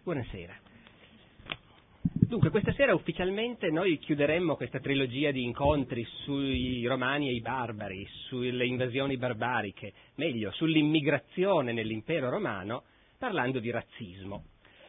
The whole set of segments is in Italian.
Buonasera. Dunque, questa sera ufficialmente noi chiuderemmo questa trilogia di incontri sui Romani e i Barbari, sulle invasioni barbariche, meglio, sull'immigrazione nell'impero romano, parlando di razzismo.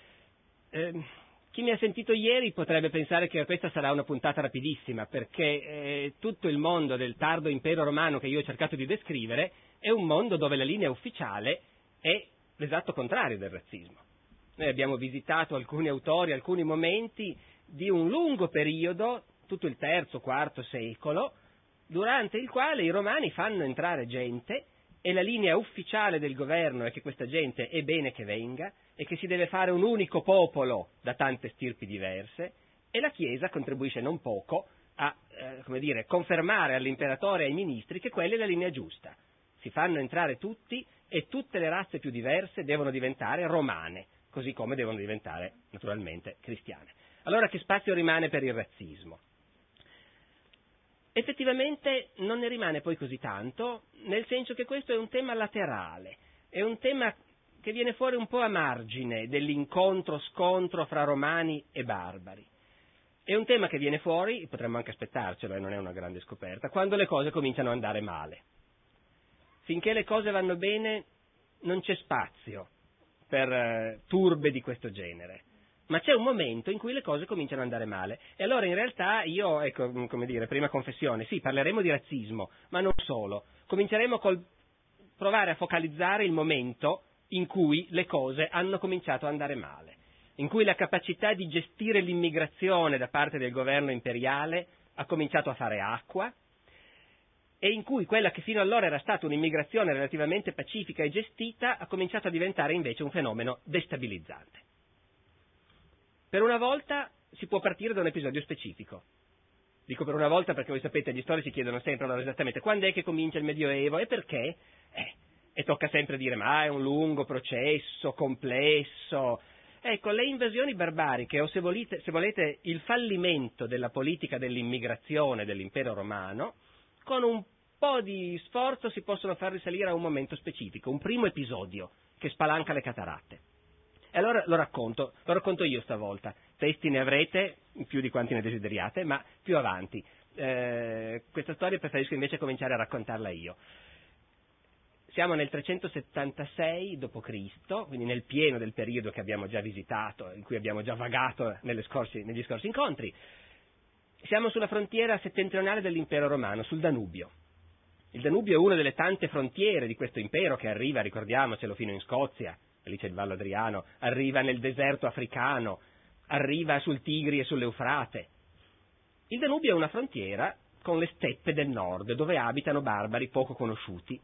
Chi mi ha sentito ieri potrebbe pensare che questa sarà una puntata rapidissima, perché tutto il mondo del tardo impero romano che io ho cercato di descrivere è un mondo dove la linea ufficiale è l'esatto contrario del razzismo. Noi abbiamo visitato alcuni autori, alcuni momenti di un lungo periodo, tutto il III, IV secolo, durante il quale i romani fanno entrare gente e la linea ufficiale del governo è che questa gente è bene che venga e che si deve fare un unico popolo da tante stirpi diverse, e la Chiesa contribuisce non poco a confermare all'imperatore e ai ministri che quella è la linea giusta. Si fanno entrare tutti e tutte le razze più diverse devono diventare romane, così come devono diventare naturalmente cristiane. Allora che spazio rimane per il razzismo? Effettivamente non ne rimane poi così tanto, nel senso che questo è un tema laterale, è un tema che viene fuori un po' a margine dell'incontro-scontro fra romani e barbari. È un tema che viene fuori, potremmo anche aspettarcelo, non è una grande scoperta, quando le cose cominciano ad andare male. Finché le cose vanno bene non c'è spazio per turbe di questo genere, ma c'è un momento in cui le cose cominciano ad andare male, e allora in realtà io, prima confessione, sì, parleremo di razzismo, ma non solo, cominceremo col provare a focalizzare il momento in cui le cose hanno cominciato ad andare male, in cui la capacità di gestire l'immigrazione da parte del governo imperiale ha cominciato a fare acqua, e in cui quella che fino allora era stata un'immigrazione relativamente pacifica e gestita ha cominciato a diventare invece un fenomeno destabilizzante. Per una volta si può partire da un episodio specifico. Dico per una volta perché voi sapete, gli storici chiedono sempre allora esattamente quando è che comincia il Medioevo e perché? E tocca sempre dire ma è un lungo processo, complesso. Ecco, le invasioni barbariche, o se volete il fallimento della politica dell'immigrazione dell'impero romano, con un po' di sforzo si possono far risalire a un momento specifico, un primo episodio che spalanca le cataratte. E allora lo racconto io stavolta. Testi ne avrete più di quanti ne desideriate, ma più avanti. Questa storia preferisco invece cominciare a raccontarla io. Siamo nel 376 d.C., quindi nel pieno del periodo che abbiamo già visitato, in cui abbiamo già vagato negli scorsi incontri. Siamo sulla frontiera settentrionale dell'impero romano, sul Danubio. Il Danubio è una delle tante frontiere di questo impero che arriva, ricordiamocelo, fino in Scozia, lì c'è il Vallo Adriano, arriva nel deserto africano, arriva sul Tigri e sull'Eufrate. Il Danubio è una frontiera con le steppe del nord, dove abitano barbari poco conosciuti.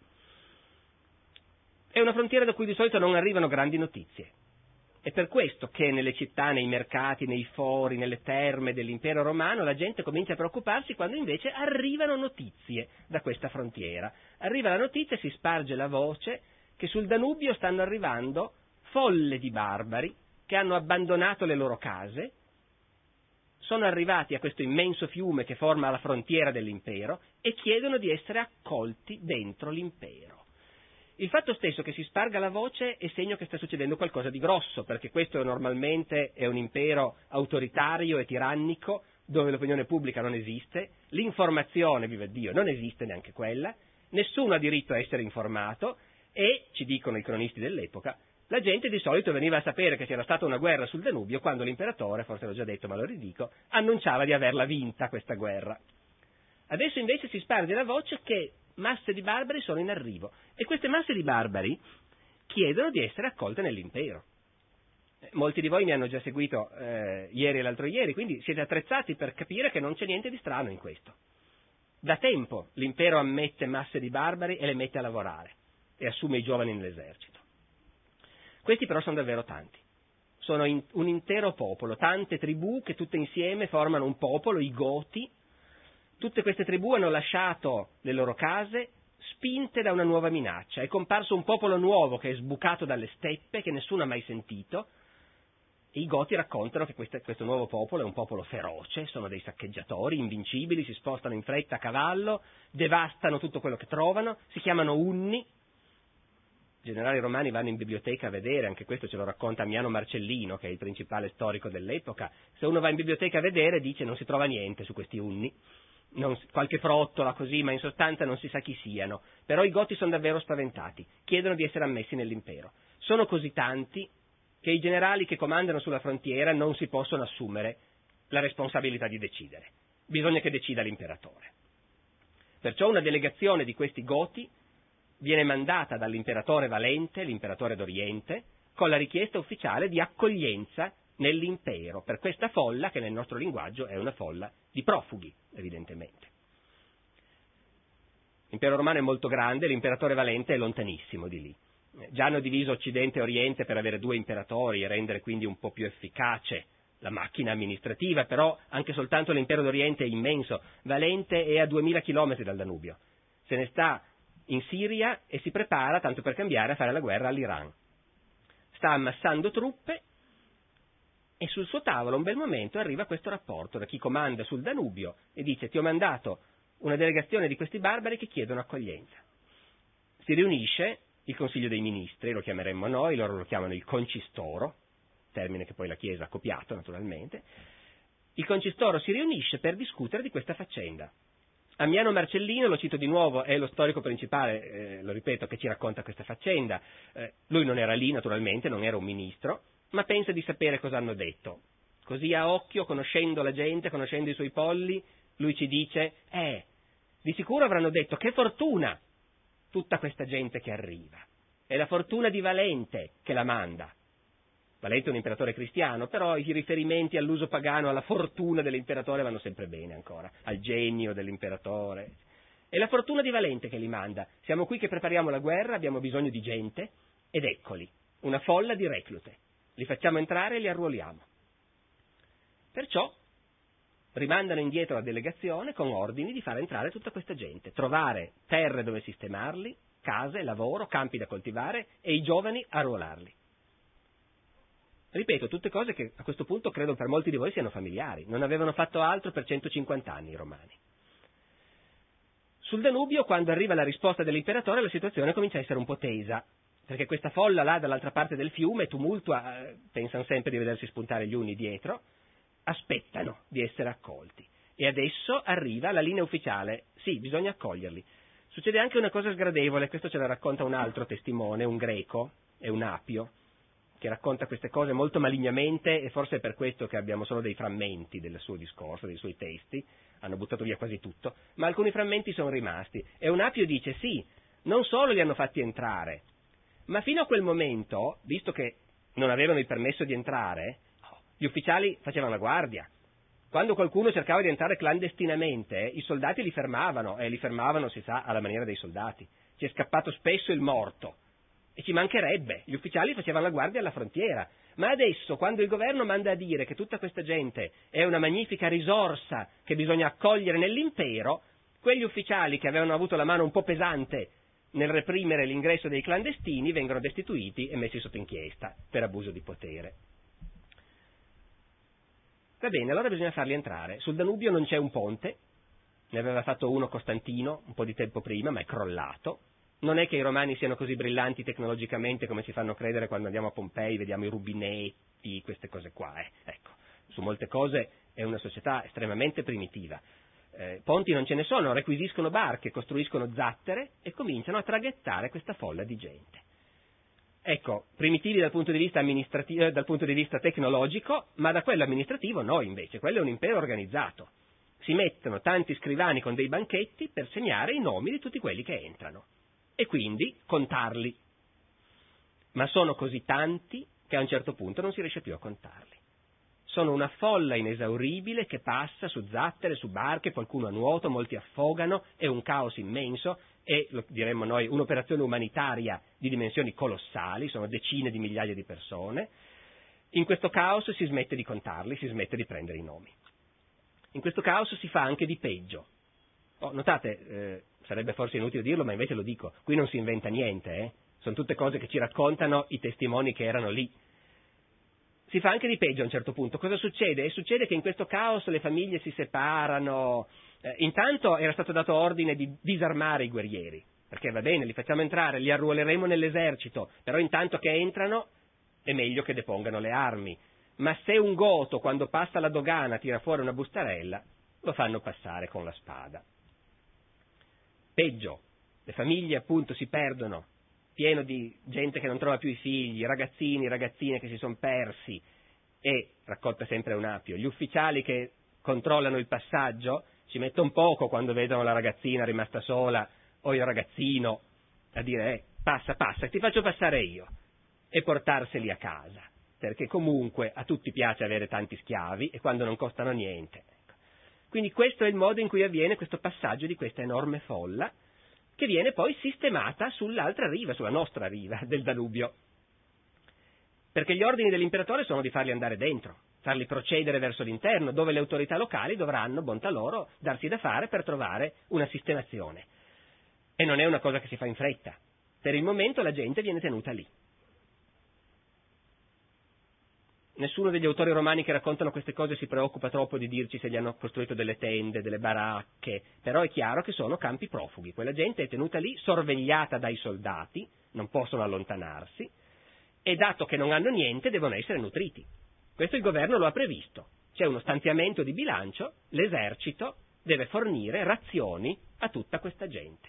È una frontiera da cui di solito non arrivano grandi notizie. È per questo che nelle città, nei mercati, nei fori, nelle terme dell'impero romano la gente comincia a preoccuparsi quando invece arrivano notizie da questa frontiera. Arriva la notizia, si sparge la voce che sul Danubio stanno arrivando folle di barbari che hanno abbandonato le loro case, sono arrivati a questo immenso fiume che forma la frontiera dell'impero e chiedono di essere accolti dentro l'impero. Il fatto stesso che si sparga la voce è segno che sta succedendo qualcosa di grosso, perché questo normalmente è un impero autoritario e tirannico, dove l'opinione pubblica non esiste, l'informazione, viva Dio, non esiste neanche quella, nessuno ha diritto a essere informato e, ci dicono i cronisti dell'epoca, la gente di solito veniva a sapere che c'era stata una guerra sul Danubio quando l'imperatore, forse l'ho già detto ma lo ridico, annunciava di averla vinta questa guerra. Adesso invece si sparge la voce che masse di barbari sono in arrivo e queste masse di barbari chiedono di essere accolte nell'impero. Molti di voi mi hanno già seguito ieri e l'altro ieri, quindi siete attrezzati per capire che non c'è niente di strano in questo. Da tempo l'impero ammette masse di barbari e le mette a lavorare e assume i giovani nell'esercito. Questi però sono davvero tanti. Sono un intero popolo, tante tribù che tutte insieme formano un popolo, i Goti. Tutte queste tribù hanno lasciato le loro case spinte da una nuova minaccia. È comparso un popolo nuovo che è sbucato dalle steppe, che nessuno ha mai sentito. E i Goti raccontano che questo nuovo popolo è un popolo feroce, sono dei saccheggiatori invincibili, si spostano in fretta a cavallo, devastano tutto quello che trovano, si chiamano Unni. I generali romani vanno in biblioteca a vedere, anche questo ce lo racconta Ammiano Marcellino, che è il principale storico dell'epoca. Se uno va in biblioteca a vedere, dice non si trova niente su questi unni, qualche frottola così, ma in sostanza non si sa chi siano. Però i Goti sono davvero spaventati, chiedono di essere ammessi nell'impero. Sono così tanti che i generali che comandano sulla frontiera non si possono assumere la responsabilità di decidere. Bisogna che decida l'imperatore. Perciò una delegazione di questi Goti viene mandata dall'imperatore Valente, l'imperatore d'Oriente, con la richiesta ufficiale di accoglienza nell'impero, per questa folla che nel nostro linguaggio è una folla di profughi, evidentemente. L'impero romano è molto grande, l'imperatore Valente è lontanissimo di lì. Già hanno diviso Occidente e Oriente per avere 2 imperatori e rendere quindi un po' più efficace la macchina amministrativa, però anche soltanto l'impero d'Oriente è immenso. Valente è a 2000 chilometri dal Danubio. Se ne sta in Siria e si prepara, tanto per cambiare, a fare la guerra all'Iran. Sta ammassando truppe e sul suo tavolo, un bel momento, arriva questo rapporto da chi comanda sul Danubio e dice: ti ho mandato una delegazione di questi barbari che chiedono accoglienza. Si riunisce il Consiglio dei Ministri, lo chiameremmo noi, loro lo chiamano il concistoro, termine che poi la Chiesa ha copiato naturalmente. Il concistoro si riunisce per discutere di questa faccenda. Ammiano Marcellino, lo cito di nuovo, è lo storico principale, lo ripeto, che ci racconta questa faccenda. Lui non era lì, naturalmente, non era un ministro, ma pensa di sapere cosa hanno detto. Così a occhio, conoscendo la gente, conoscendo i suoi polli, lui ci dice: di sicuro avranno detto che fortuna tutta questa gente che arriva. È la fortuna di Valente che la manda. Valente è un imperatore cristiano, però i riferimenti all'uso pagano, alla fortuna dell'imperatore vanno sempre bene ancora, al genio dell'imperatore. È la fortuna di Valente che li manda. Siamo qui che prepariamo la guerra, abbiamo bisogno di gente, ed eccoli, una folla di reclute. Li facciamo entrare e li arruoliamo. Perciò rimandano indietro la delegazione con ordini di far entrare tutta questa gente, trovare terre dove sistemarli, case, lavoro, campi da coltivare e i giovani arruolarli. Ripeto, tutte cose che a questo punto credo per molti di voi siano familiari. Non avevano fatto altro per 150 anni i romani. Sul Danubio, quando arriva la risposta dell'imperatore, la situazione comincia a essere un po' tesa, perché questa folla là dall'altra parte del fiume tumultua, pensano sempre di vedersi spuntare gli uni dietro, aspettano di essere accolti. E adesso arriva la linea ufficiale: sì, bisogna accoglierli. Succede anche una cosa sgradevole, questo ce la racconta un altro testimone, un greco, è un Apio, che racconta queste cose molto malignamente, e forse è per questo che abbiamo solo dei frammenti del suo discorso, dei suoi testi, hanno buttato via quasi tutto, ma alcuni frammenti sono rimasti. E un Apio dice: sì, non solo li hanno fatti entrare, ma fino a quel momento, visto che non avevano il permesso di entrare, gli ufficiali facevano la guardia. Quando qualcuno cercava di entrare clandestinamente, i soldati li fermavano, e li fermavano, si sa, alla maniera dei soldati. Ci è scappato spesso il morto. E ci mancherebbe, gli ufficiali facevano la guardia alla frontiera. Ma adesso, quando il governo manda a dire che tutta questa gente è una magnifica risorsa che bisogna accogliere nell'impero, quegli ufficiali che avevano avuto la mano un po' pesante nel reprimere l'ingresso dei clandestini vengono destituiti e messi sotto inchiesta per abuso di potere. Va bene, allora bisogna farli entrare. Sul Danubio non c'è un ponte, ne aveva fatto uno Costantino un po' di tempo prima, ma è crollato. Non è che i romani siano così brillanti tecnologicamente come ci fanno credere quando andiamo a Pompei, vediamo i rubinetti, queste cose qua. Ecco, su molte cose è una società estremamente primitiva. Ponti non ce ne sono, requisiscono barche, costruiscono zattere e cominciano a traghettare questa folla di gente. Ecco, primitivi dal punto di vista amministrativo, dal punto di vista tecnologico, ma da quello amministrativo no, invece, quello è un impero organizzato. Si mettono tanti scrivani con dei banchetti per segnare i nomi di tutti quelli che entrano e quindi contarli. Ma sono così tanti che a un certo punto non si riesce più a contarli. Sono una folla inesauribile che passa su zattere, su barche, qualcuno a nuoto, molti affogano, è un caos immenso, e, lo diremmo noi, un'operazione umanitaria di dimensioni colossali, sono decine di migliaia di persone. In questo caos si smette di contarli, si smette di prendere i nomi. In questo caos si fa anche di peggio. Notate, sarebbe forse inutile dirlo, ma invece lo dico, qui non si inventa niente, sono tutte cose che ci raccontano i testimoni che erano lì. Si fa anche di peggio a un certo punto. Cosa succede? Succede che in questo caos le famiglie si separano. Intanto era stato dato ordine di disarmare i guerrieri. perché va bene, li facciamo entrare, li arruoleremo nell'esercito, però intanto che entrano è meglio che depongano le armi. Ma se un goto, quando passa la dogana, tira fuori una bustarella, lo fanno passare con la spada. Peggio, le famiglie appunto si perdono, pieno di gente che non trova più i figli, ragazzini, ragazzine che si sono persi, e, raccolta sempre un appio, gli ufficiali che controllano il passaggio ci mettono poco quando vedono la ragazzina rimasta sola o il ragazzino a dire passa, ti faccio passare io, e portarseli a casa, perché comunque a tutti piace avere tanti schiavi e quando non costano niente. Quindi questo è il modo in cui avviene questo passaggio di questa enorme folla, che viene poi sistemata sull'altra riva, sulla nostra riva del Danubio. Perché gli ordini dell'imperatore sono di farli andare dentro, farli procedere verso l'interno, dove le autorità locali dovranno, bontà loro, darsi da fare per trovare una sistemazione. E non è una cosa che si fa in fretta. Per il momento la gente viene tenuta lì. Nessuno degli autori romani che raccontano queste cose si preoccupa troppo di dirci se gli hanno costruito delle tende, delle baracche, però è chiaro che sono campi profughi. Quella gente è tenuta lì, sorvegliata dai soldati, non possono allontanarsi, e dato che non hanno niente devono essere nutriti. Questo il governo lo ha previsto. C'è uno stanziamento di bilancio, l'esercito deve fornire razioni a tutta questa gente.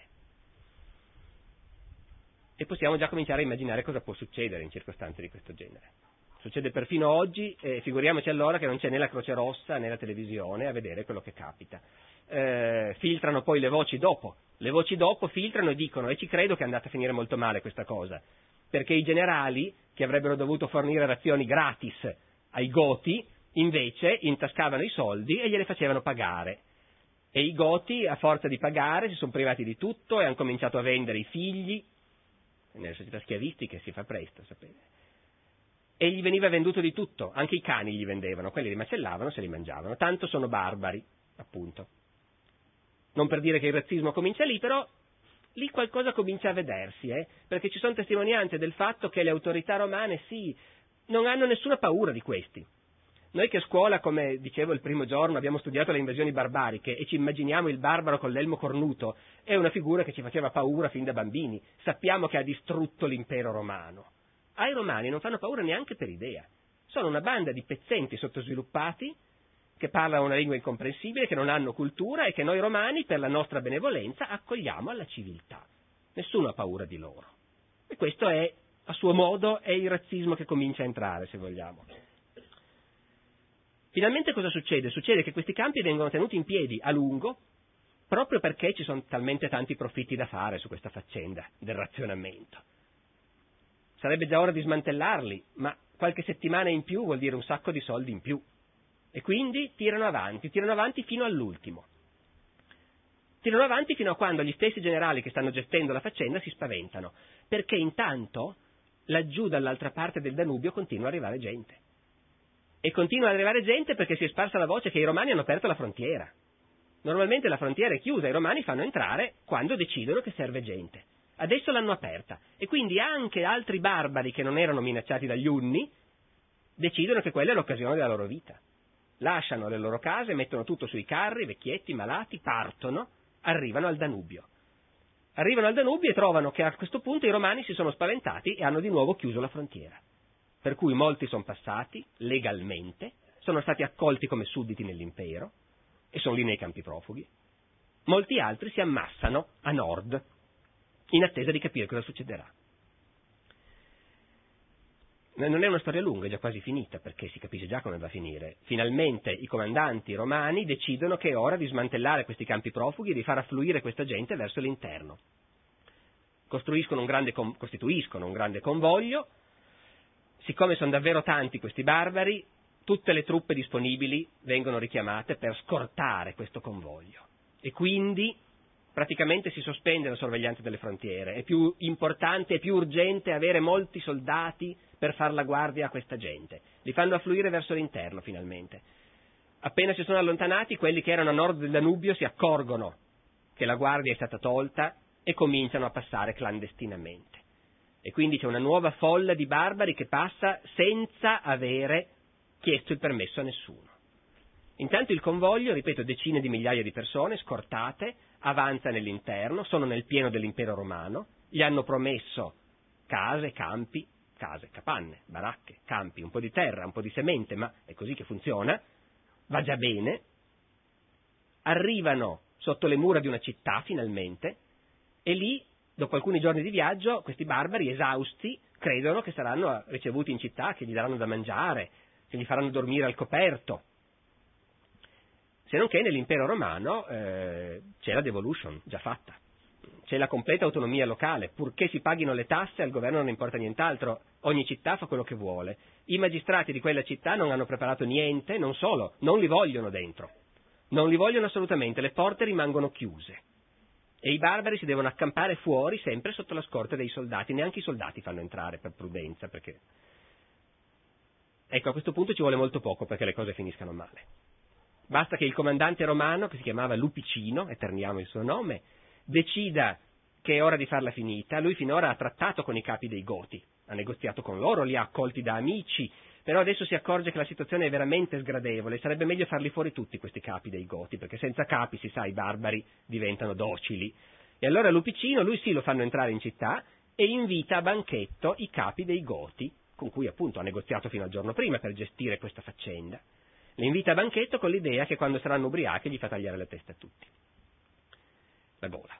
E possiamo già cominciare a immaginare cosa può succedere in circostanze di questo genere. Succede perfino oggi, figuriamoci allora che non c'è né la Croce Rossa né la televisione a vedere quello che capita. Filtrano poi le voci dopo filtrano e dicono, e ci credo che è andata a finire molto male questa cosa, perché i generali, che avrebbero dovuto fornire razioni gratis ai Goti, invece intascavano i soldi e gliele facevano pagare. E i Goti, a forza di pagare, si sono privati di tutto e hanno cominciato a vendere i figli. Nelle società schiavistiche si fa presto, sapete. E gli veniva venduto di tutto, anche i cani gli vendevano, quelli li macellavano, se li mangiavano, tanto sono barbari, appunto. Non per dire che il razzismo comincia lì, però lì qualcosa comincia a vedersi, perché ci sono testimonianze del fatto che le autorità romane, sì, non hanno nessuna paura di questi. Noi che a scuola, come dicevo il primo giorno, abbiamo studiato le invasioni barbariche e ci immaginiamo il barbaro con l'elmo cornuto, è una figura che ci faceva paura fin da bambini, sappiamo che ha distrutto l'impero romano. Ai romani non fanno paura neanche per idea. Sono una banda di pezzenti sottosviluppati che parlano una lingua incomprensibile, che non hanno cultura e che noi romani, per la nostra benevolenza, accogliamo alla civiltà. Nessuno ha paura di loro. E questo è, a suo modo, è il razzismo che comincia a entrare, se vogliamo. Finalmente cosa succede? Succede che questi campi vengono tenuti in piedi a lungo, proprio perché ci sono talmente tanti profitti da fare su questa faccenda del razionamento. Sarebbe già ora di smantellarli, ma qualche settimana in più vuol dire un sacco di soldi in più. E quindi tirano avanti fino all'ultimo. Tirano avanti fino a quando gli stessi generali che stanno gestendo la faccenda si spaventano, perché intanto laggiù dall'altra parte del Danubio continua ad arrivare gente. E continua ad arrivare gente perché si è sparsa la voce che i romani hanno aperto la frontiera. Normalmente la frontiera è chiusa, i romani fanno entrare quando decidono che serve gente. Adesso l'hanno aperta e quindi anche altri barbari che non erano minacciati dagli Unni decidono che quella è l'occasione della loro vita. Lasciano le loro case, mettono tutto sui carri, vecchietti, malati, partono, arrivano al Danubio. Arrivano al Danubio e trovano che a questo punto i romani si sono spaventati e hanno di nuovo chiuso la frontiera. Per cui molti sono passati legalmente, sono stati accolti come sudditi nell'impero e sono lì nei campi profughi. Molti altri si ammassano a nord, in attesa di capire cosa succederà. Non è una storia lunga, è già quasi finita, perché si capisce già come va a finire. Finalmente i comandanti romani decidono che è ora di smantellare questi campi profughi e di far affluire questa gente verso l'interno. Costituiscono un grande convoglio. Siccome sono davvero tanti questi barbari, tutte le truppe disponibili vengono richiamate per scortare questo convoglio. E quindi praticamente si sospende la sorveglianza delle frontiere. È più importante, è più urgente avere molti soldati per far la guardia a questa gente. Li fanno affluire verso l'interno finalmente. Appena si sono allontanati, quelli che erano a nord del Danubio si accorgono che la guardia è stata tolta e cominciano a passare clandestinamente. E quindi c'è una nuova folla di barbari che passa senza avere chiesto il permesso a nessuno. Intanto il convoglio, ripeto, decine di migliaia di persone scortate, avanza nell'interno, sono nel pieno dell'impero romano, gli hanno promesso case, campi, capanne, baracche, campi, un po' di terra, un po' di semente, ma è così che funziona, va già bene, arrivano sotto le mura di una città finalmente e lì, dopo alcuni giorni di viaggio, questi barbari esausti credono che saranno ricevuti in città, che gli daranno da mangiare, che gli faranno dormire al coperto. Se non che nell'impero romano c'è la devolution già fatta, c'è la completa autonomia locale, purché si paghino le tasse al governo non importa nient'altro, ogni città fa quello che vuole. I magistrati di quella città non hanno preparato niente, non solo, non li vogliono dentro, non li vogliono assolutamente, le porte rimangono chiuse e i barbari si devono accampare fuori sempre sotto la scorta dei soldati, neanche i soldati fanno entrare per prudenza, perché ecco, a questo punto ci vuole molto poco perché le cose finiscano male. Basta che il comandante romano, che si chiamava Lupicino, eterniamo il suo nome, decida che è ora di farla finita. Lui finora ha trattato con i capi dei Goti, ha negoziato con loro, li ha accolti da amici, però adesso si accorge che la situazione è veramente sgradevole, sarebbe meglio farli fuori tutti questi capi dei Goti, perché senza capi, si sa, i barbari diventano docili. E allora Lupicino, lui sì, lo fanno entrare in città e invita a banchetto i capi dei Goti, con cui appunto ha negoziato fino al giorno prima per gestire questa faccenda. Li invita a banchetto con l'idea che quando saranno ubriachi gli fa tagliare la testa a tutti. La gola.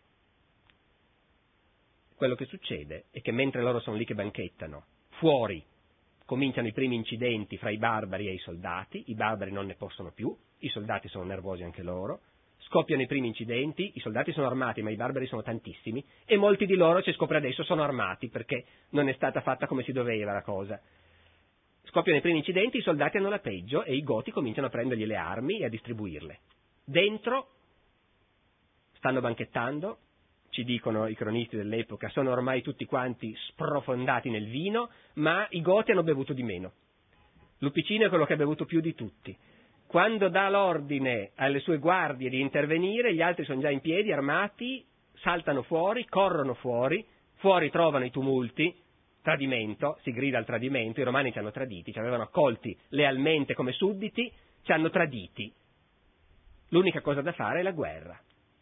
Quello che succede è che mentre loro sono lì che banchettano, fuori cominciano i primi incidenti fra i barbari e i soldati non ne possono più, i soldati sono nervosi anche loro, scoppiano i primi incidenti, i soldati sono armati ma i barbari sono tantissimi e molti di loro, ci scopre adesso, sono armati perché non è stata fatta come si doveva la cosa. Scoppiano i primi incidenti, i soldati hanno la peggio e i Goti cominciano a prendergli le armi e a distribuirle. Dentro stanno banchettando, ci dicono i cronisti dell'epoca, sono ormai tutti quanti sprofondati nel vino, ma i Goti hanno bevuto di meno. Lupicino è quello che ha bevuto più di tutti. Quando dà l'ordine alle sue guardie di intervenire, gli altri sono già in piedi, armati, saltano fuori, corrono fuori trovano i tumulti, tradimento, si grida al tradimento, i romani ci hanno traditi, ci avevano accolti lealmente come sudditi, ci hanno traditi. L'unica cosa da fare è la guerra.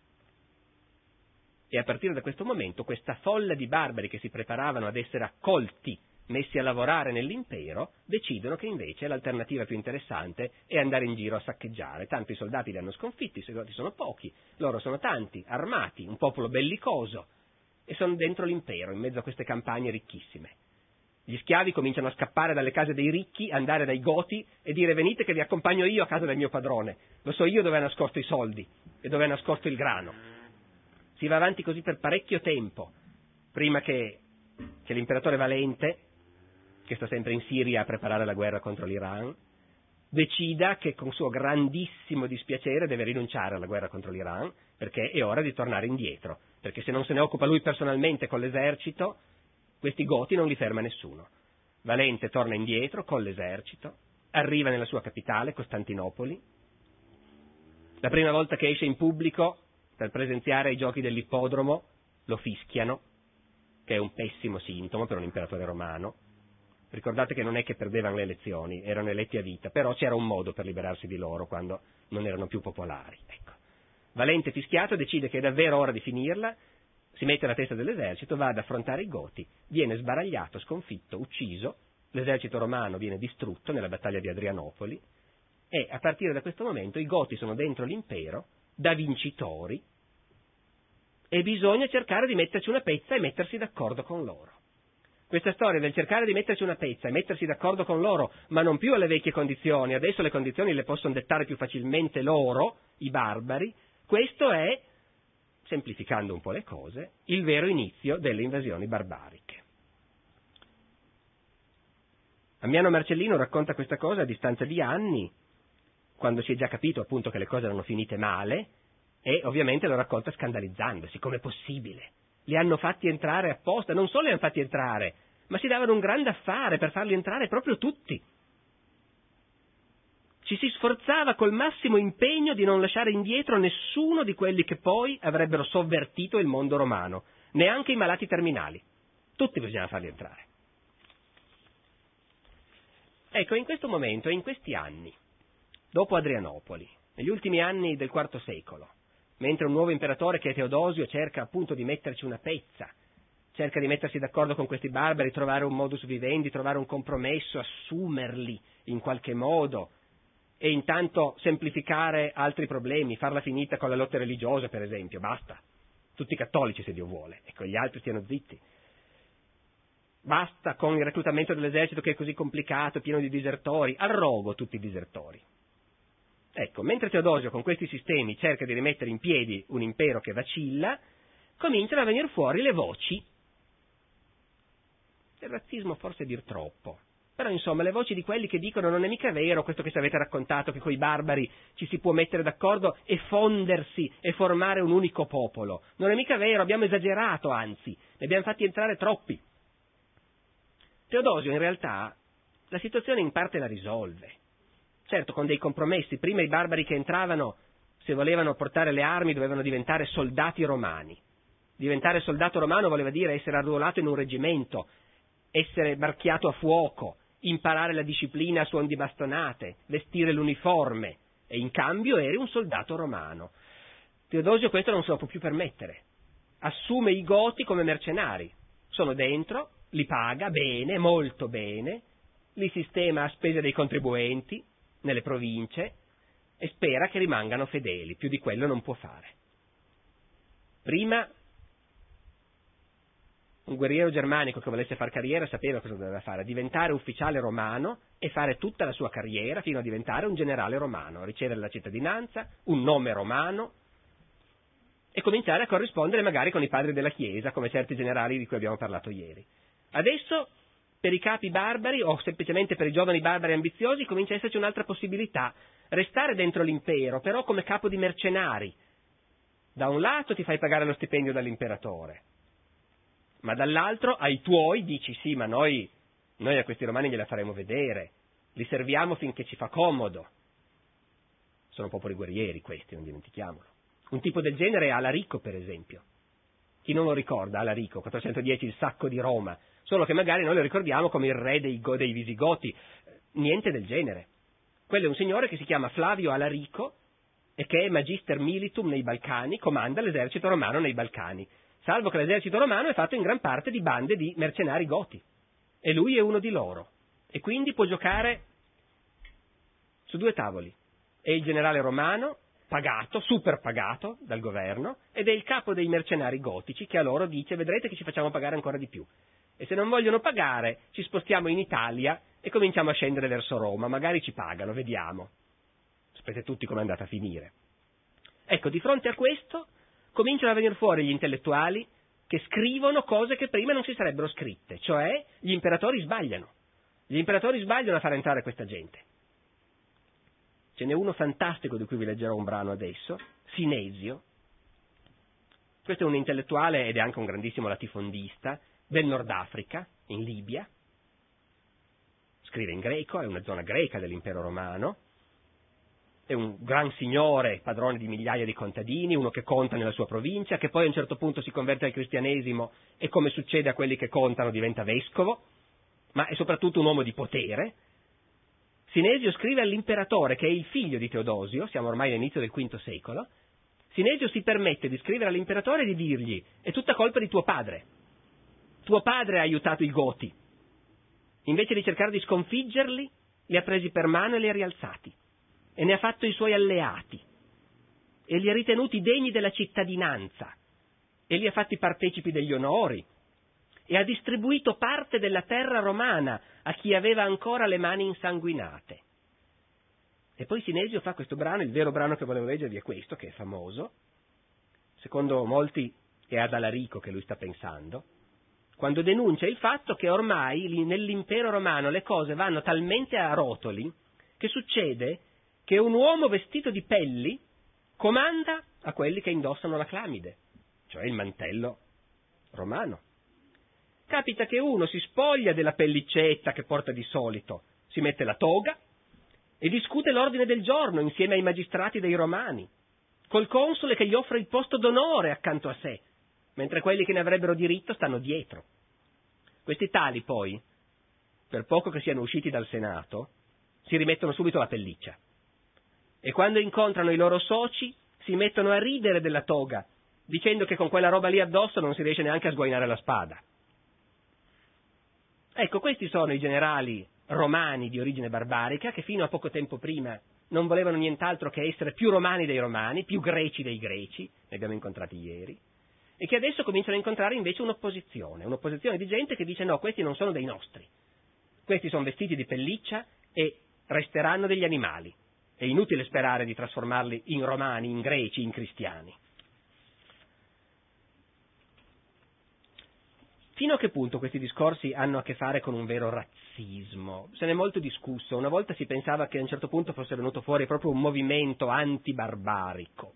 E a partire da questo momento questa folla di barbari che si preparavano ad essere accolti, messi a lavorare nell'impero, decidono che invece l'alternativa più interessante è andare in giro a saccheggiare. Tanto i soldati li hanno sconfitti, i soldati sono pochi, loro sono tanti, armati, un popolo bellicoso, e sono dentro l'impero, in mezzo a queste campagne ricchissime. Gli schiavi cominciano a scappare dalle case dei ricchi, andare dai Goti e dire: venite che vi accompagno io a casa del mio padrone, lo so io dove ha nascosto i soldi e dove ha nascosto il grano. Si va avanti così per parecchio tempo, prima che l'imperatore Valente, che sta sempre in Siria a preparare la guerra contro l'Iran, decida che con suo grandissimo dispiacere deve rinunciare alla guerra contro l'Iran, perché è ora di tornare indietro, perché se non se ne occupa lui personalmente con l'esercito, questi Goti non li ferma nessuno. Valente torna indietro con l'esercito, arriva nella sua capitale, Costantinopoli. La prima volta che esce in pubblico per presenziare ai giochi dell'ippodromo lo fischiano, che è un pessimo sintomo per un imperatore romano. Ricordate che non è che perdevano le elezioni, erano eletti a vita, però c'era un modo per liberarsi di loro quando non erano più popolari. Ecco. Valente fischiato decide che è davvero ora di finirla, si mette alla testa dell'esercito, va ad affrontare i Goti, viene sbaragliato, sconfitto, ucciso, l'esercito romano viene distrutto nella battaglia di Adrianopoli e a partire da questo momento i Goti sono dentro l'impero da vincitori e bisogna cercare di metterci una pezza e mettersi d'accordo con loro. Questa storia del cercare di metterci una pezza e mettersi d'accordo con loro, ma non più alle vecchie condizioni, adesso le condizioni le possono dettare più facilmente loro, i barbari, questo è, semplificando un po' le cose, il vero inizio delle invasioni barbariche. Ammiano Marcellino racconta questa cosa a distanza di anni, quando si è già capito appunto che le cose erano finite male, e ovviamente lo racconta scandalizzandosi, com'è possibile? Li hanno fatti entrare apposta, non solo li hanno fatti entrare, ma si davano un grande affare per farli entrare proprio tutti. Ci si sforzava col massimo impegno di non lasciare indietro nessuno di quelli che poi avrebbero sovvertito il mondo romano, neanche i malati terminali. Tutti bisognava farli entrare. Ecco, in questo momento, in questi anni, dopo Adrianopoli, negli ultimi anni del IV secolo, mentre un nuovo imperatore che è Teodosio cerca appunto di metterci una pezza, cerca di mettersi d'accordo con questi barbari, trovare un modus vivendi, trovare un compromesso, assumerli in qualche modo e intanto semplificare altri problemi, farla finita con la lotta religiosa per esempio, basta, tutti cattolici se Dio vuole, ecco, gli altri stiano zitti. Basta con il reclutamento dell'esercito che è così complicato, pieno di disertori, al rogo tutti i disertori. Ecco, mentre Teodosio con questi sistemi cerca di rimettere in piedi un impero che vacilla, cominciano a venire fuori le voci, il razzismo forse è dir troppo, però insomma le voci di quelli che dicono non è mica vero questo che ci avete raccontato, che coi barbari ci si può mettere d'accordo e fondersi e formare un unico popolo. Non è mica vero, abbiamo esagerato, anzi, ne abbiamo fatti entrare troppi. Teodosio in realtà la situazione in parte la risolve, certo con dei compromessi. Prima i barbari che entravano, se volevano portare le armi, dovevano diventare soldati romani. Diventare soldato romano voleva dire essere arruolato in un reggimento, essere marchiato a fuoco, imparare la disciplina a suon di bastonate, vestire l'uniforme, e in cambio eri un soldato romano. Teodosio questo non se lo può più permettere. Assume i Goti come mercenari, sono dentro, li paga bene, molto bene, li sistema a spese dei contribuenti nelle province e spera che rimangano fedeli, più di quello non può fare. Prima un guerriero germanico che volesse fare carriera sapeva cosa doveva fare, diventare ufficiale romano e fare tutta la sua carriera fino a diventare un generale romano, ricevere la cittadinanza, un nome romano e cominciare a corrispondere magari con i padri della Chiesa, come certi generali di cui abbiamo parlato ieri. Adesso, per i capi barbari o semplicemente per i giovani barbari ambiziosi, comincia a esserci un'altra possibilità, restare dentro l'impero, però come capo di mercenari. Da un lato ti fai pagare lo stipendio dall'imperatore, ma dall'altro ai tuoi dici sì, ma noi a questi romani gliela faremo vedere, li serviamo finché ci fa comodo. Sono popoli guerrieri questi, non dimentichiamolo. Un tipo del genere è Alarico, per esempio. Chi non lo ricorda, Alarico, 410, il sacco di Roma, solo che magari noi lo ricordiamo come il re dei Visigoti, niente del genere. Quello è un signore che si chiama Flavio Alarico e che è magister militum nei Balcani, comanda l'esercito romano nei Balcani, salvo che l'esercito romano è fatto in gran parte di bande di mercenari goti, e lui è uno di loro, e quindi può giocare su due tavoli. È il generale romano, pagato, super pagato dal governo, ed è il capo dei mercenari gotici che a loro dice vedrete che ci facciamo pagare ancora di più. E se non vogliono pagare, ci spostiamo in Italia e cominciamo a scendere verso Roma, magari ci pagano, vediamo. Sapete tutti com'è andata a finire. Ecco, di fronte a questo cominciano a venire fuori gli intellettuali che scrivono cose che prima non si sarebbero scritte, cioè gli imperatori sbagliano. Gli imperatori sbagliano a far entrare questa gente. Ce n'è uno fantastico di cui vi leggerò un brano adesso, Sinesio. Questo è un intellettuale ed è anche un grandissimo latifondista del Nord Africa, in Libia. Scrive in greco, è una zona greca dell'impero romano. È un gran signore, padrone di migliaia di contadini, uno che conta nella sua provincia, che poi a un certo punto si converte al cristianesimo e, come succede a quelli che contano, diventa vescovo, ma è soprattutto un uomo di potere. Sinesio scrive all'imperatore, che è il figlio di Teodosio, siamo ormai all'inizio del V secolo. Sinesio si permette di scrivere all'imperatore e di dirgli: è tutta colpa di tuo padre. Tuo padre ha aiutato i Goti. Invece di cercare di sconfiggerli, li ha presi per mano e li ha rialzati. E ne ha fatto i suoi alleati. E li ha ritenuti degni della cittadinanza. E li ha fatti partecipi degli onori. E ha distribuito parte della terra romana a chi aveva ancora le mani insanguinate. E poi Sinesio fa questo brano, il vero brano che volevo leggervi è questo, che è famoso. Secondo molti è ad Alarico che lui sta pensando, quando denuncia il fatto che ormai nell'impero romano le cose vanno talmente a rotoli che succede che un uomo vestito di pelli comanda a quelli che indossano la clamide, cioè il mantello romano. Capita che uno si spoglia della pellicetta che porta di solito, si mette la toga e discute l'ordine del giorno insieme ai magistrati dei romani, col console che gli offre il posto d'onore accanto a sé, mentre quelli che ne avrebbero diritto stanno dietro. Questi tali poi, per poco che siano usciti dal Senato, si rimettono subito la pelliccia. E quando incontrano i loro soci, si mettono a ridere della toga, dicendo che con quella roba lì addosso non si riesce neanche a sguainare la spada. Ecco, questi sono i generali romani di origine barbarica che fino a poco tempo prima non volevano nient'altro che essere più romani dei romani, più greci dei greci, ne abbiamo incontrati ieri, e che adesso cominciano a incontrare invece un'opposizione di gente che dice no, questi non sono dei nostri, questi sono vestiti di pelliccia e resteranno degli animali, è inutile sperare di trasformarli in romani, in greci, in cristiani. Fino a che punto questi discorsi hanno a che fare con un vero razzismo? Se ne è molto discusso. Una volta si pensava che a un certo punto fosse venuto fuori proprio un movimento antibarbarico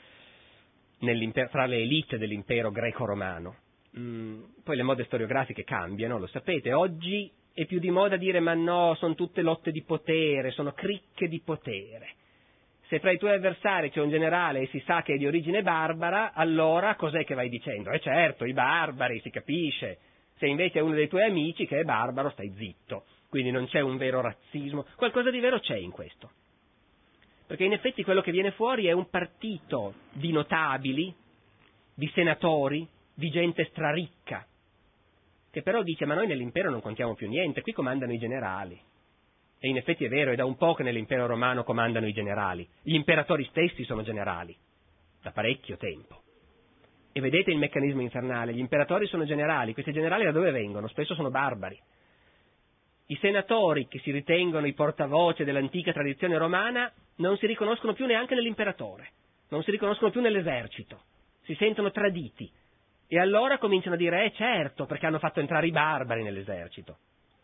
fra le elite dell'impero greco-romano. Poi le mode storiografiche cambiano, lo sapete. Oggi è più di moda dire ma no, sono tutte lotte di potere, sono cricche di potere. Se fra i tuoi avversari c'è un generale e si sa che è di origine barbara, allora cos'è che vai dicendo? Certo, i barbari, si capisce. Se invece è uno dei tuoi amici che è barbaro, stai zitto. Quindi non c'è un vero razzismo. Qualcosa di vero c'è in questo. Perché in effetti quello che viene fuori è un partito di notabili, di senatori, di gente straricca, che però dice ma noi nell'impero non contiamo più niente, qui comandano i generali. E in effetti è vero, è da un po' che nell'impero romano comandano i generali. Gli imperatori stessi sono generali, da parecchio tempo. E vedete il meccanismo infernale, gli imperatori sono generali, questi generali da dove vengono? Spesso sono barbari. I senatori, che si ritengono i portavoce dell'antica tradizione romana, non si riconoscono più neanche nell'imperatore, non si riconoscono più nell'esercito, si sentono traditi. E allora cominciano a dire, certo, perché hanno fatto entrare i barbari nell'esercito.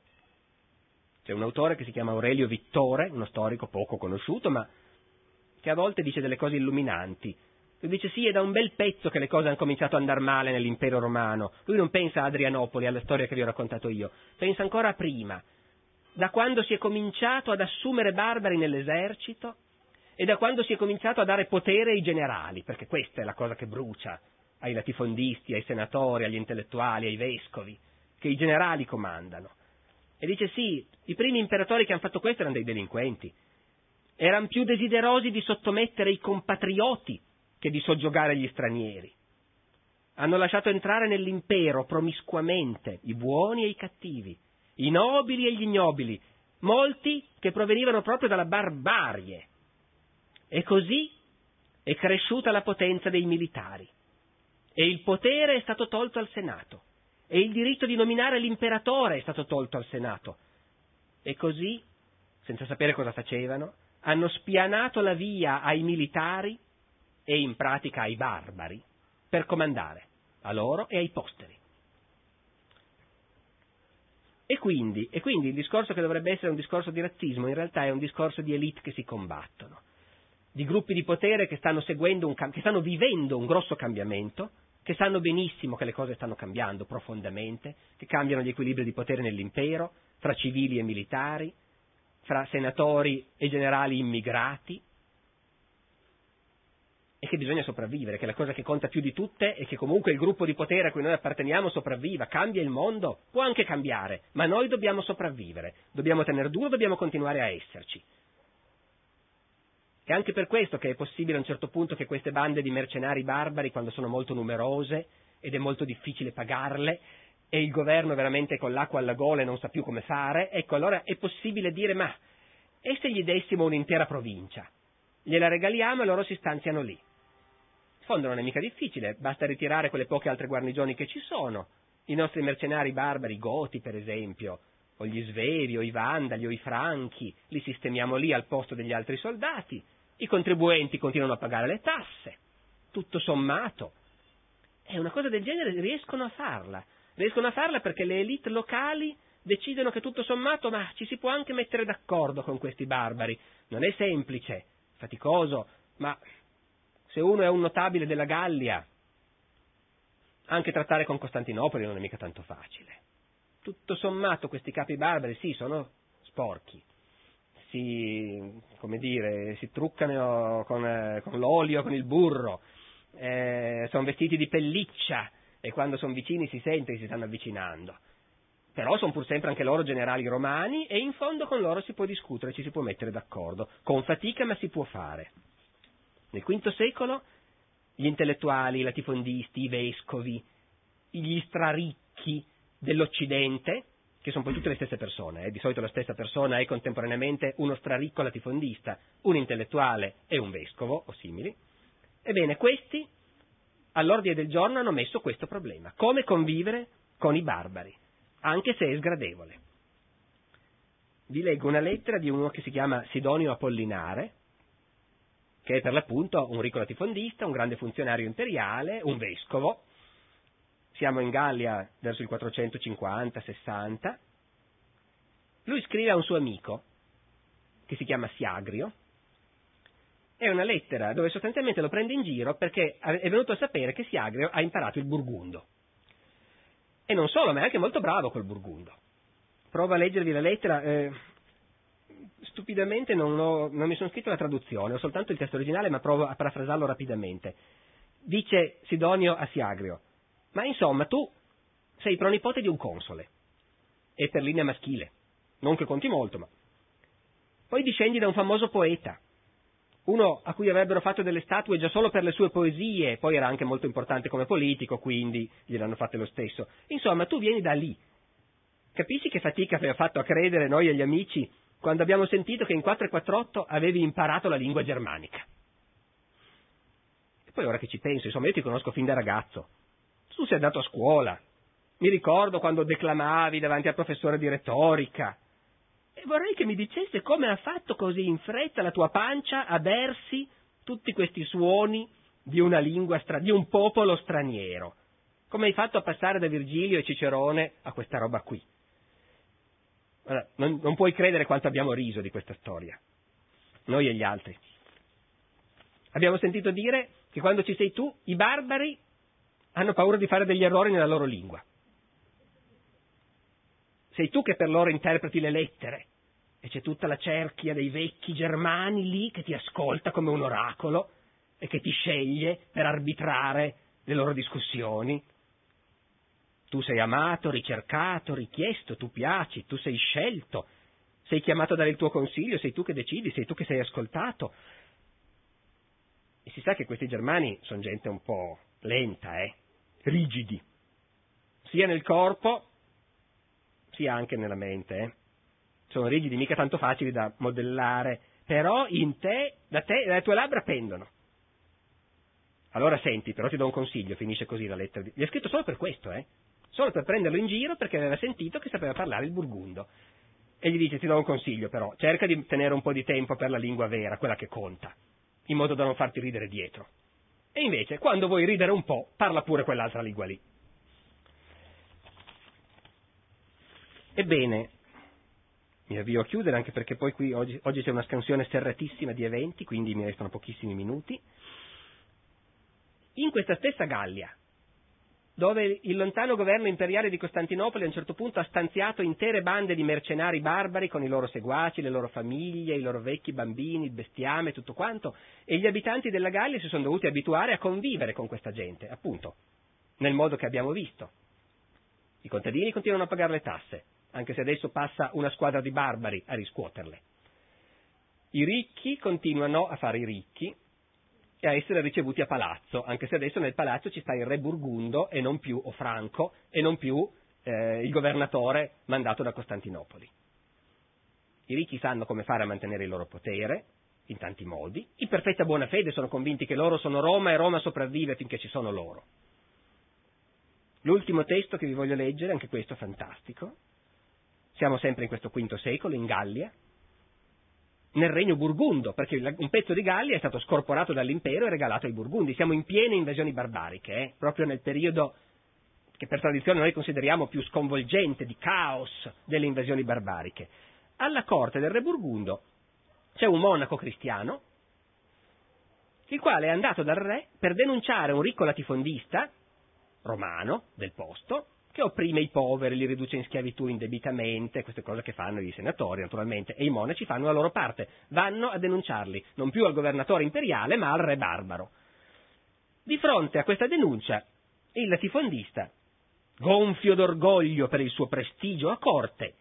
C'è un autore che si chiama Aurelio Vittore, uno storico poco conosciuto, ma che a volte dice delle cose illuminanti. Lui dice sì, è da un bel pezzo che le cose hanno cominciato ad andare male nell'impero romano. Lui non pensa a Adrianopoli, alla storia che vi ho raccontato io, pensa ancora prima, da quando si è cominciato ad assumere barbari nell'esercito e da quando si è cominciato a dare potere ai generali, perché questa è la cosa che brucia ai latifondisti, ai senatori, agli intellettuali, ai vescovi, che i generali comandano. E dice sì, i primi imperatori che hanno fatto questo erano dei delinquenti, erano più desiderosi di sottomettere i compatrioti che di soggiogare gli stranieri. Hanno lasciato entrare nell'impero promiscuamente i buoni e i cattivi, i nobili e gli ignobili, molti che provenivano proprio dalla barbarie. E così è cresciuta la potenza dei militari e il potere è stato tolto al Senato. E il diritto di nominare l'imperatore è stato tolto al Senato. E così, senza sapere cosa facevano, hanno spianato la via ai militari e in pratica ai barbari per comandare, a loro e ai posteri. E quindi il discorso che dovrebbe essere un discorso di razzismo in realtà è un discorso di elite che si combattono, di gruppi di potere che stanno che stanno vivendo un grosso cambiamento, che sanno benissimo che le cose stanno cambiando profondamente, che cambiano gli equilibri di potere nell'impero, fra civili e militari, fra senatori e generali immigrati, e che bisogna sopravvivere, che la cosa che conta più di tutte è che comunque il gruppo di potere a cui noi apparteniamo sopravviva. Cambia il mondo, può anche cambiare, ma noi dobbiamo sopravvivere, dobbiamo tenere duro, dobbiamo continuare a esserci. È anche per questo che è possibile a un certo punto che queste bande di mercenari barbari, quando sono molto numerose ed è molto difficile pagarle e il governo veramente con l'acqua alla gola e non sa più come fare, ecco allora è possibile dire ma e se gli dessimo un'intera provincia? Gliela regaliamo e loro si stanziano lì. In fondo non è mica difficile, basta ritirare quelle poche altre guarnigioni che ci sono, i nostri mercenari barbari, i Goti per esempio, o gli Svevi, o i Vandali, o i Franchi, li sistemiamo lì al posto degli altri soldati, i contribuenti continuano a pagare le tasse, tutto sommato. E una cosa del genere riescono a farla perché le elite locali decidono che tutto sommato, ma ci si può anche mettere d'accordo con questi barbari, non è semplice, faticoso, ma se uno è un notabile della Gallia, anche trattare con Costantinopoli non è mica tanto facile. Tutto sommato questi capi barbari sì, sono sporchi, si truccano con l'olio, con il burro, sono vestiti di pelliccia e quando sono vicini si sente che si stanno avvicinando. Però sono pur sempre anche loro generali romani e in fondo con loro si può discutere, ci si può mettere d'accordo, con fatica ma si può fare. Nel V secolo gli intellettuali, i latifondisti, i vescovi, gli straricchi dell'Occidente, che sono poi tutte le stesse persone, di solito la stessa persona è contemporaneamente uno straricco latifondista, un intellettuale e un vescovo o simili, ebbene questi all'ordine del giorno hanno messo questo problema: come convivere con i barbari, anche se è sgradevole. Vi leggo una lettera di uno che si chiama Sidonio Apollinare, che è per l'appunto un ricco latifondista, un grande funzionario imperiale, un vescovo. Siamo in Gallia verso il 450-60. Lui scrive a un suo amico, che si chiama Siagrio. È una lettera dove sostanzialmente lo prende in giro perché è venuto a sapere che Siagrio ha imparato il burgundo. E non solo, ma è anche molto bravo col burgundo. Provo a leggervi la lettera. Stupidamente non mi sono scritto la traduzione, ho soltanto il testo originale, ma provo a parafrasarlo rapidamente. Dice Sidonio a Siagrio: ma insomma tu sei pronipote di un console, e per linea maschile, non che conti molto, ma poi discendi da un famoso poeta, uno a cui avrebbero fatto delle statue già solo per le sue poesie, poi era anche molto importante come politico, quindi gliel'hanno fatte lo stesso. Insomma, tu vieni da lì. Capisci che fatica abbiamo fatto a credere noi e gli amici quando abbiamo sentito che in 448 avevi imparato la lingua germanica. E poi ora che ci penso, insomma, io ti conosco fin da ragazzo. Tu sei andato a scuola. Mi ricordo quando declamavi davanti al professore di retorica. E vorrei che mi dicesse come ha fatto così in fretta la tua pancia a bersi tutti questi suoni di una lingua di un popolo straniero. Come hai fatto a passare da Virgilio e Cicerone a questa roba qui? Allora, non puoi credere quanto abbiamo riso di questa storia, noi e gli altri. Abbiamo sentito dire che quando ci sei tu, i barbari hanno paura di fare degli errori nella loro lingua. Sei tu che per loro interpreti le lettere, e c'è tutta la cerchia dei vecchi germani lì che ti ascolta come un oracolo e che ti sceglie per arbitrare le loro discussioni. Tu sei amato, ricercato, richiesto, tu piaci, tu sei scelto, sei chiamato a dare il tuo consiglio, sei tu che decidi, sei tu che sei ascoltato. E si sa che questi germani sono gente un po' lenta, rigidi, sia nel corpo, sia anche nella mente. Sono rigidi, mica tanto facili da modellare, però in te, da te, dalle tue labbra pendono. Allora senti, però ti do un consiglio, finisce così la lettera. Gli ha scritto solo per questo, solo per prenderlo in giro perché aveva sentito che sapeva parlare il burgundo. E gli dice: ti do un consiglio però, cerca di tenere un po' di tempo per la lingua vera, quella che conta, in modo da non farti ridere dietro. E invece, quando vuoi ridere un po', parla pure quell'altra lingua lì. Ebbene, mi avvio a chiudere anche perché poi qui oggi c'è una scansione serratissima di eventi, quindi mi restano pochissimi minuti. In questa stessa Gallia, dove il lontano governo imperiale di Costantinopoli a un certo punto ha stanziato intere bande di mercenari barbari con i loro seguaci, le loro famiglie, i loro vecchi bambini, il bestiame, tutto quanto, e gli abitanti della Gallia si sono dovuti abituare a convivere con questa gente, appunto, nel modo che abbiamo visto. I contadini continuano a pagare le tasse, anche se adesso passa una squadra di barbari a riscuoterle. I ricchi continuano a fare i ricchi e a essere ricevuti a palazzo, anche se adesso nel palazzo ci sta il re burgundo e non più, o franco, e non più il governatore mandato da Costantinopoli. I ricchi sanno come fare a mantenere il loro potere, in tanti modi, in perfetta buona fede sono convinti che loro sono Roma e Roma sopravvive finché ci sono loro. L'ultimo testo che vi voglio leggere, anche questo fantastico, siamo sempre in questo V secolo, in Gallia, nel regno burgundo, perché un pezzo di Gallia è stato scorporato dall'impero e regalato ai burgundi. Siamo in piene invasioni barbariche, proprio nel periodo che per tradizione noi consideriamo più sconvolgente, di caos delle invasioni barbariche. Alla corte del re burgundo c'è un monaco cristiano, il quale è andato dal re per denunciare un ricco latifondista romano del posto, che opprime i poveri, li riduce in schiavitù indebitamente, queste cose che fanno i senatori naturalmente, e i monaci fanno la loro parte, vanno a denunciarli, non più al governatore imperiale ma al re barbaro. Di fronte a questa denuncia, il latifondista, gonfio d'orgoglio per il suo prestigio a corte,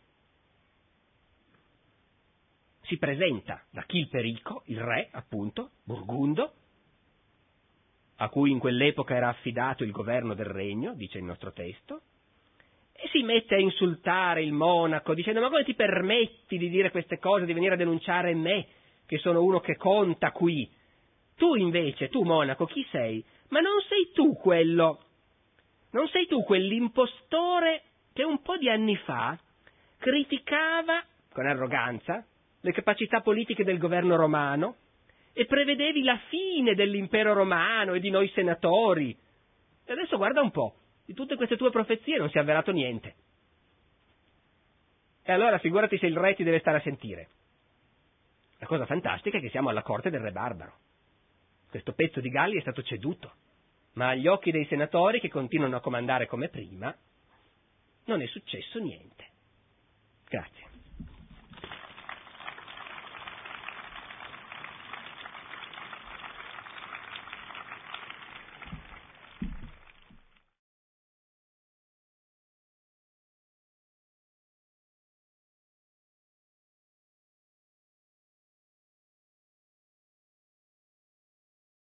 si presenta da Chilperico, il re appunto, burgundo, a cui in quell'epoca era affidato il governo del regno, dice il nostro testo, e si mette a insultare il monaco dicendo: ma come ti permetti di dire queste cose, di venire a denunciare me, che sono uno che conta qui? Tu invece, tu monaco, chi sei? Ma non sei tu quell'impostore che un po' di anni fa criticava con arroganza le capacità politiche del governo romano e prevedevi la fine dell'impero romano e di noi senatori. E adesso guarda un po', di tutte queste tue profezie non si è avverato niente. E allora figurati se il re ti deve stare a sentire. La cosa fantastica è che siamo alla corte del re barbaro. Questo pezzo di Gallia è stato ceduto, ma agli occhi dei senatori, che continuano a comandare come prima, non è successo niente. Grazie.